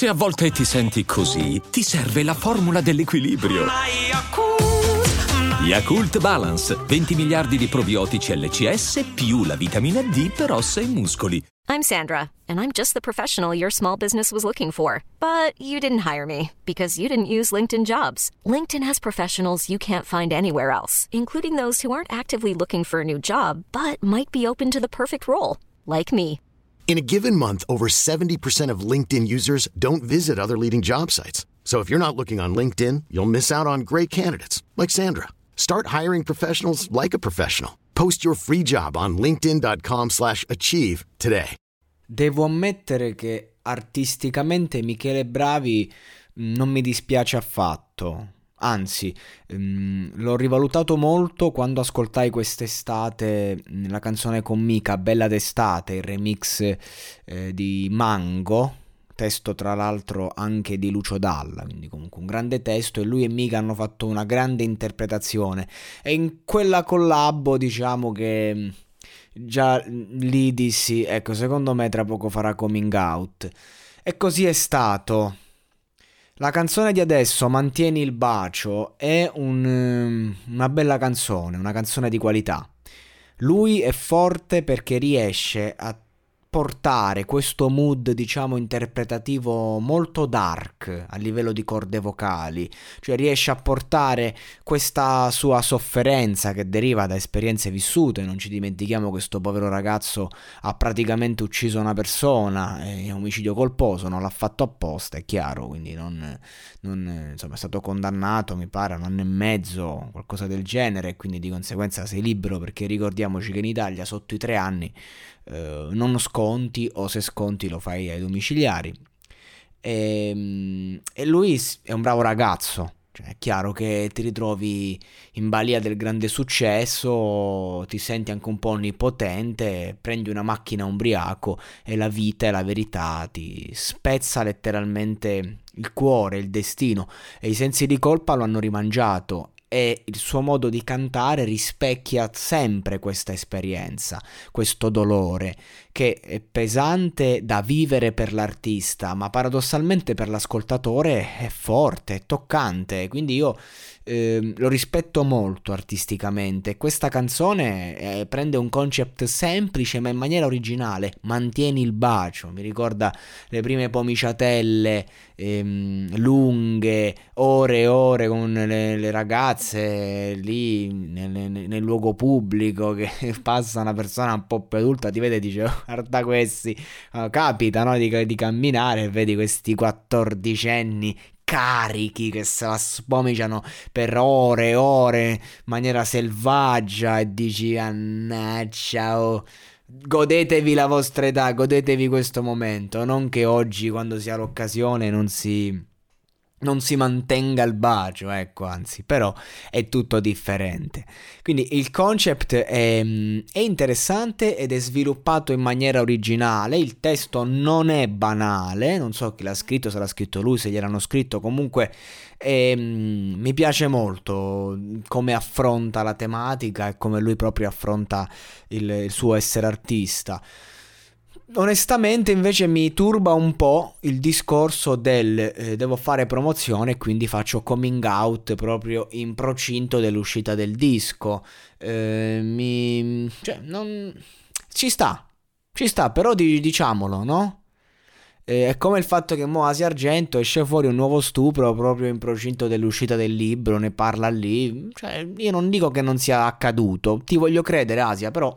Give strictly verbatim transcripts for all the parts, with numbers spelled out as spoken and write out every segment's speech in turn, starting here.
Se a volte ti senti così, ti serve la formula dell'equilibrio. Yakult Balance, venti miliardi di probiotici L C S più la vitamina D per ossa e muscoli. I'm Sandra, and I'm just the professional your small business was looking for. But you didn't hire me because you didn't use LinkedIn Jobs. LinkedIn has professionals you can't find anywhere else, including those who aren't actively looking for a new job, but might be open to the perfect role, like me. In a given month, over seventy percent of LinkedIn users don't visit other leading job sites. So if you're not looking on LinkedIn, you'll miss out on great candidates like Sandra. Start hiring professionals like a professional. Post your free job on linkedin dot com slash achieve today. Devo ammettere che artisticamente Michele Bravi non mi dispiace affatto. Anzi, ehm, l'ho rivalutato molto quando ascoltai quest'estate la canzone con Mika, Bella d'estate, il remix eh, di Mango, testo tra l'altro anche di Lucio Dalla, quindi comunque un grande testo, e lui e Mika hanno fatto una grande interpretazione, e in quella collabo diciamo che già lì dissi, ecco, secondo me tra poco farà coming out, e così è stato. La canzone di adesso, Mantieni il bacio, è un, una bella canzone, una canzone di qualità. Lui è forte perché riesce a portare questo mood, diciamo, interpretativo molto dark a livello di corde vocali, cioè riesce a portare questa sua sofferenza che deriva da esperienze vissute. Non ci dimentichiamo che questo povero ragazzo ha praticamente ucciso una persona, è un omicidio colposo, non l'ha fatto apposta, è chiaro, quindi non, non insomma è stato condannato, mi pare, a un anno e mezzo, qualcosa del genere, e quindi di conseguenza sei libero, perché ricordiamoci che in Italia sotto i tre anni Uh, non sconti, o se sconti lo fai ai domiciliari, e, e lui è un bravo ragazzo, cioè è chiaro che ti ritrovi in balia del grande successo, ti senti anche un po' onnipotente, prendi una macchina ubriaco e la vita e la verità ti spezza letteralmente il cuore, il destino, e i sensi di colpa lo hanno rimangiato, e il suo modo di cantare rispecchia sempre questa esperienza, questo dolore che è pesante da vivere per l'artista, ma paradossalmente per l'ascoltatore è forte, è toccante, quindi io eh, lo rispetto molto artisticamente. Questa canzone eh, prende un concept semplice ma in maniera originale, Mantieni il bacio, mi ricorda le prime pomiciatelle ehm, lunghe, ore e ore con le, le ragazze lì nel, nel luogo pubblico, che passa una persona un po' più adulta, ti vede e dice oh, guarda questi, uh, capita, no, di, di camminare e vedi questi quattordicenni carichi che se la spomiciano per ore e ore in maniera selvaggia, e dici annaccia, oh, godetevi la vostra età, godetevi questo momento, non che oggi, quando si ha l'occasione, non si non si mantenga il bacio, ecco, anzi, però è tutto differente. Quindi il concept è, è interessante ed è sviluppato in maniera originale, il testo non è banale, non so chi l'ha scritto, se l'ha scritto lui, se gliel'hanno scritto, comunque è, mi piace molto come affronta la tematica e come lui proprio affronta il, il suo essere artista. Onestamente invece mi turba un po' il discorso del eh, devo fare promozione, quindi faccio coming out proprio in procinto dell'uscita del disco. Eh, mi cioè non ci sta, ci sta, però di, diciamolo, no? Eh, è come il fatto che mo Asia Argento esce fuori un nuovo stupro proprio in procinto dell'uscita del libro, ne parla lì. Cioè, io non dico che non sia accaduto, ti voglio credere Asia, però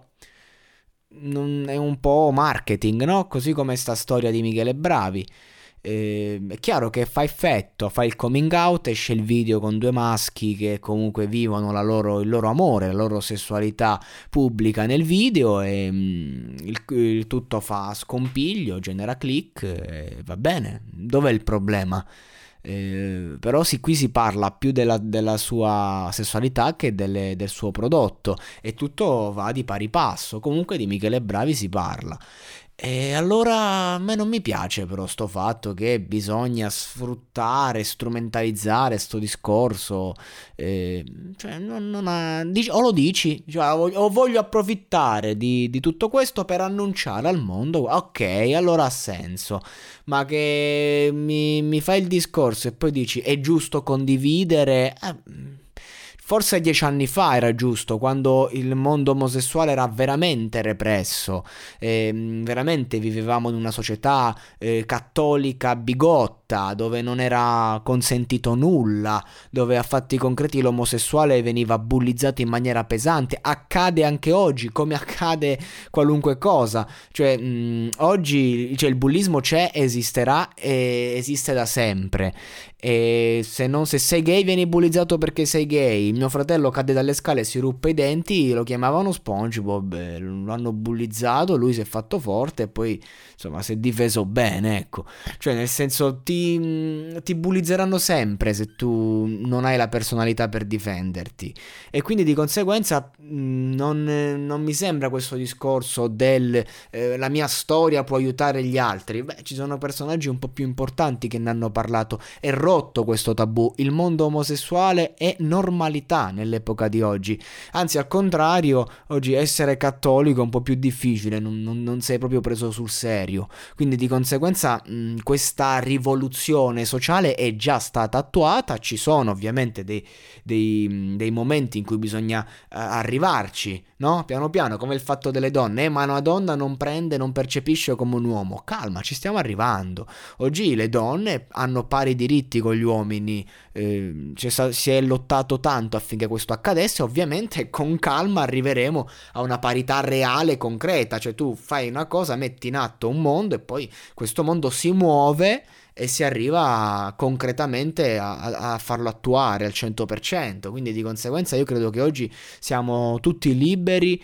non è un po' marketing, no? Così come sta storia di Michele Bravi. Eh, è chiaro che fa effetto, fa il coming out, esce il video con due maschi che comunque vivono la loro, il loro amore, la loro sessualità pubblica nel video, e mm, il, il tutto fa scompiglio, genera click, e va bene. Dov'è il problema? Eh, però sì, qui si parla più della, della sua sessualità che delle, del suo prodotto, e tutto va di pari passo. Comunque di Michele Bravi si parla, E allora a me non mi piace però sto fatto che bisogna sfruttare, strumentalizzare sto discorso, eh, cioè non, non ha, dici- o lo dici, cioè, o o voglio approfittare di, di tutto questo per annunciare al mondo, ok, allora ha senso, ma che mi, mi fai il discorso e poi dici è giusto condividere, eh, forse dieci anni fa era giusto, quando il mondo omosessuale era veramente represso, ehm, veramente vivevamo in una società eh, cattolica bigotta, dove non era consentito nulla, dove a fatti concreti l'omosessuale veniva bullizzato in maniera pesante. Accade anche oggi, come accade qualunque cosa. Cioè, mh, oggi cioè, il bullismo c'è, esisterà e esiste da sempre. E se, non, se sei gay vieni bullizzato perché sei gay. Mio fratello cadde dalle scale e si ruppe i denti, lo chiamavano SpongeBob, eh, lo hanno bullizzato, lui si è fatto forte e poi insomma si è difeso bene, ecco. Cioè nel senso ti, ti bullizzeranno sempre se tu non hai la personalità per difenderti, e quindi di conseguenza mh, non, non mi sembra questo discorso del eh, la mia storia può aiutare gli altri. Beh, ci sono personaggi un po' più importanti che ne hanno parlato. È rotto questo tabù, il mondo omosessuale è normalità nell'epoca di oggi, anzi al contrario oggi essere cattolico è un po' più difficile, non, non, non sei proprio preso sul serio, quindi di conseguenza mh, questa rivoluzione sociale è già stata attuata, ci sono ovviamente dei, dei, dei momenti in cui bisogna uh, arrivarci, no? Piano piano, come il fatto delle donne, eh, ma una donna non prende, non percepisce come un uomo, calma, ci stiamo arrivando, oggi le donne hanno pari diritti con gli uomini, eh, cioè, si è lottato tanto affinché questo accadesse, ovviamente con calma arriveremo a una parità reale, concreta, cioè tu fai una cosa, metti in atto un mondo e poi questo mondo si muove e si arriva concretamente a, a farlo attuare al cento per cento, quindi di conseguenza io credo che oggi siamo tutti liberi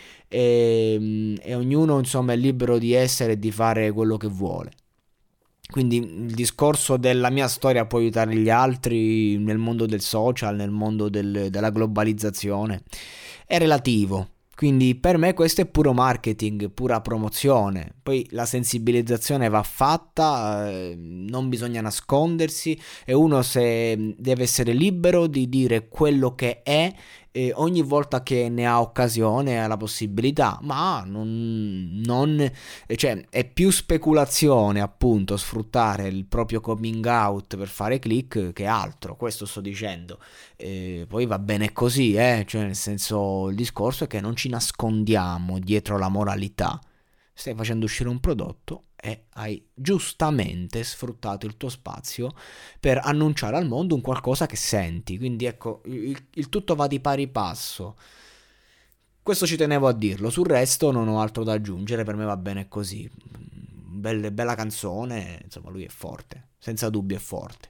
e, e ognuno insomma è libero di essere e di fare quello che vuole. Quindi il discorso della mia storia può aiutare gli altri nel mondo del social, nel mondo del, della globalizzazione, è relativo. Quindi per me questo è puro marketing, pura promozione. Poi la sensibilizzazione va fatta, eh, non bisogna nascondersi e uno se deve essere libero di dire quello che è eh, ogni volta che ne ha occasione, ha la possibilità, ma non, non cioè è più speculazione appunto sfruttare il proprio coming out per fare click che altro, questo sto dicendo. Eh, poi va bene così, eh? Cioè nel senso il discorso è che non ci nascondiamo dietro la moralità. Stai facendo uscire un prodotto e hai giustamente sfruttato il tuo spazio per annunciare al mondo un qualcosa che senti, quindi ecco il, il tutto va di pari passo. Questo ci tenevo a dirlo, sul resto non ho altro da aggiungere, per me va bene così. Belle, bella canzone, insomma lui è forte, senza dubbio è forte.